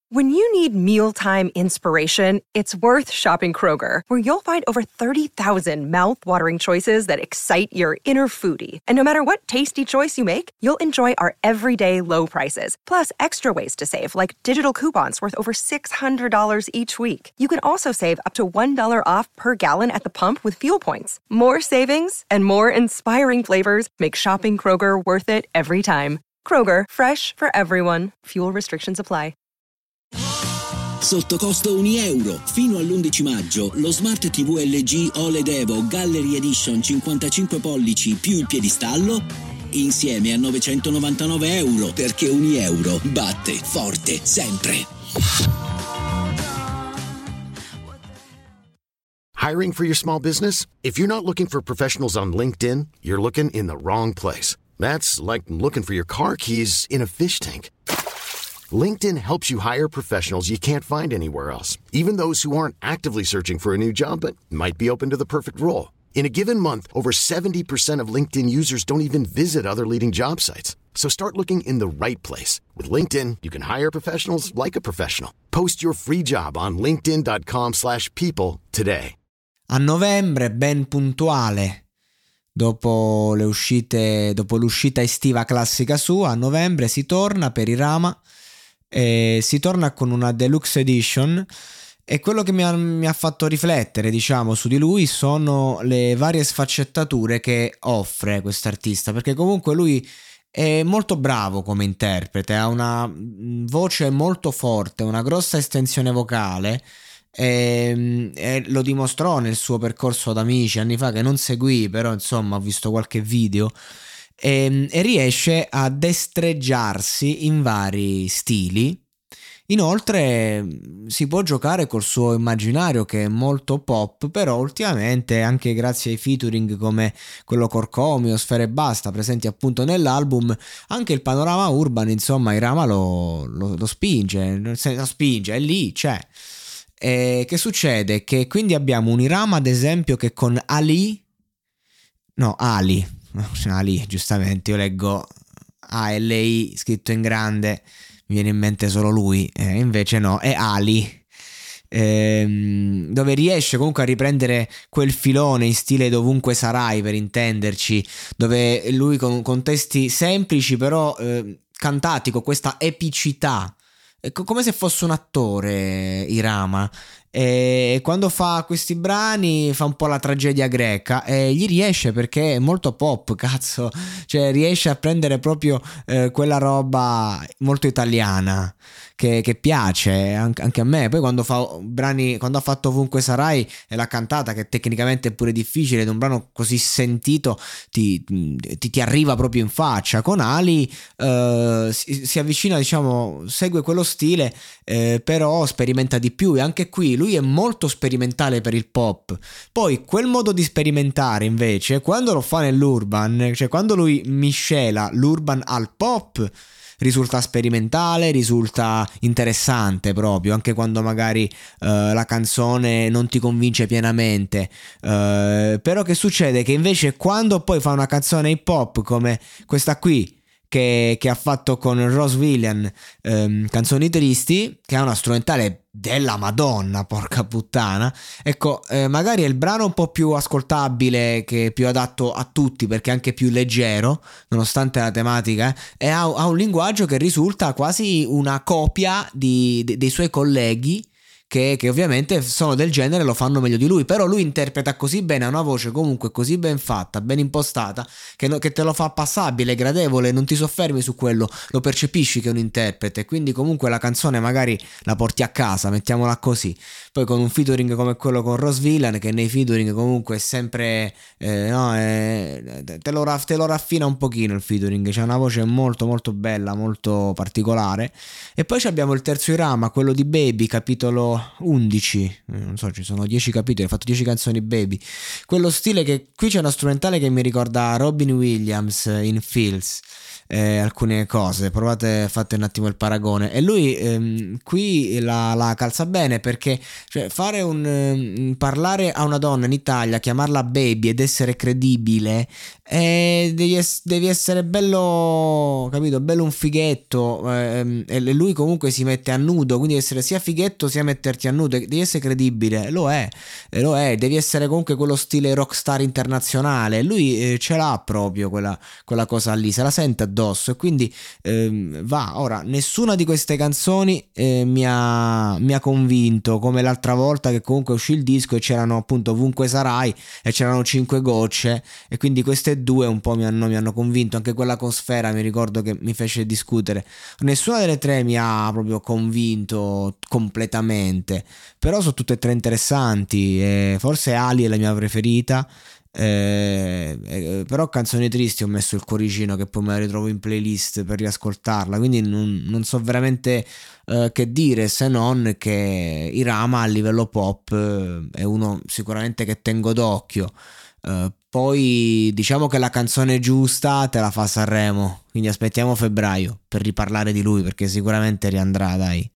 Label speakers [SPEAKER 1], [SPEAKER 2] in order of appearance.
[SPEAKER 1] When you need mealtime inspiration, it's worth shopping Kroger, where you'll find over 30,000 mouth-watering choices that excite your inner foodie. And no matter what tasty choice you make, you'll enjoy our everyday low prices, plus extra ways to save, like digital coupons worth over $600 each week. You can also save up to $1 off per gallon at the pump with fuel points. More savings and more inspiring flavors make shopping Kroger worth it every time. Kroger, fresh for everyone. Fuel restrictions apply.
[SPEAKER 2] Sotto costo €1. Fino all'11 maggio lo Smart TV LG OLED Evo Gallery Edition 55 pollici più il piedistallo insieme a €999, perché €1 batte forte sempre.
[SPEAKER 3] Hiring for your small business? If you're not looking for professionals on LinkedIn, you're looking in the wrong place. That's like looking for your car keys in a fish tank. LinkedIn helps you hire professionals you can't find anywhere else, even those who aren't actively searching for a new job but might be open to the perfect role. In a given month, over 70% of LinkedIn users don't even visit other leading job sites. So start looking in the right place. With LinkedIn, you can hire professionals like a professional. Post your free job on linkedin.com/people today.
[SPEAKER 4] A novembre, ben puntuale, dopo l'uscita estiva classica sua, a novembre si torna per Irama. Si torna con una deluxe edition, e quello che mi ha fatto riflettere, diciamo, su di lui sono le varie sfaccettature che offre quest'artista, perché comunque lui è molto bravo come interprete, ha una voce molto forte, una grossa estensione vocale, e lo dimostrò nel suo percorso ad Amici anni fa, che non seguì, però insomma ho visto qualche video. E riesce a destreggiarsi in vari stili. Inoltre si può giocare col suo immaginario, che è molto pop, però ultimamente, anche grazie ai featuring come quello Corcomio, Sfera e Basta, presenti appunto nell'album, anche il panorama urban, insomma, Irama lo spinge, è lì, c'è. E che succede? Che quindi abbiamo un Irama, ad esempio, che con Ali, giustamente, io leggo ALI scritto in grande, mi viene in mente solo lui, invece no, è Ali, dove riesce comunque a riprendere quel filone in stile Dovunque Sarai, per intenderci, dove lui con testi semplici però cantati con questa epicità, come se fosse un attore Irama, e quando fa questi brani fa un po' la tragedia greca, e gli riesce perché è molto pop, cazzo, cioè riesce a prendere proprio quella roba molto italiana che piace anche a me. Poi quando fa brani, quando ha fatto Ovunque Sarai e l'ha cantata, che tecnicamente è pure difficile, ed un brano così sentito ti arriva proprio in faccia. Con Ali si avvicina, diciamo, segue quello stile, però sperimenta di più, e anche qui lui è molto sperimentale per il pop. Poi quel modo di sperimentare invece, quando lo fa nell'urban, cioè quando lui miscela l'urban al pop, risulta sperimentale, risulta interessante proprio, anche quando magari la canzone non ti convince pienamente, però che succede? Che invece quando poi fa una canzone hip hop come questa qui, che ha fatto con Rose Villain, Canzoni Tristi, che ha una strumentale della Madonna, porca puttana, ecco, magari è il brano un po' più ascoltabile, che è più adatto a tutti perché è anche più leggero nonostante la tematica, e ha un linguaggio che risulta quasi una copia dei suoi colleghi che ovviamente sono del genere, lo fanno meglio di lui, però lui interpreta così bene, ha una voce comunque così ben fatta, ben impostata, che te lo fa passabile, gradevole, non ti soffermi su quello, lo percepisci che è un interprete, quindi comunque la canzone magari la porti a casa, mettiamola così. Poi con un featuring come quello con Rose Villain, che nei featuring comunque è sempre te lo raffina un pochino il featuring, c'è una voce molto molto bella, molto particolare. E poi abbiamo il terzo Irama, quello di Baby, capitolo 11, non so, ci sono 10 capitoli, ha fatto 10 canzoni Baby, quello stile che qui c'è una strumentale che mi ricorda Robin Williams in Fields, alcune cose, fate un attimo il paragone, e lui qui la calza bene, perché cioè, fare parlare a una donna in Italia, chiamarla baby ed essere credibile, devi essere bello, capito, bello un fighetto, e lui comunque si mette a nudo, quindi devi essere sia fighetto sia metterti a nudo, devi essere credibile, lo è, devi essere comunque quello stile rockstar internazionale, lui ce l'ha proprio quella cosa lì, se la sente addosso, e quindi va. Ora, nessuna di queste canzoni mi ha convinto, come l'altra volta che comunque uscì il disco e c'erano appunto Ovunque Sarai e c'erano 5 gocce, e quindi queste due un po' mi hanno convinto. Anche quella con Sfera mi ricordo che mi fece discutere. Nessuna delle tre mi ha proprio convinto completamente, però sono tutte e tre interessanti, e forse Ali è la mia preferita. Però Canzoni Tristi ho messo il cuoricino, che poi me la ritrovo in playlist per riascoltarla, quindi non so veramente che dire, se non che Irama a livello pop è uno sicuramente che tengo d'occhio. Poi diciamo che la canzone giusta te la fa Sanremo, quindi aspettiamo febbraio per riparlare di lui, perché sicuramente riandrà, dai.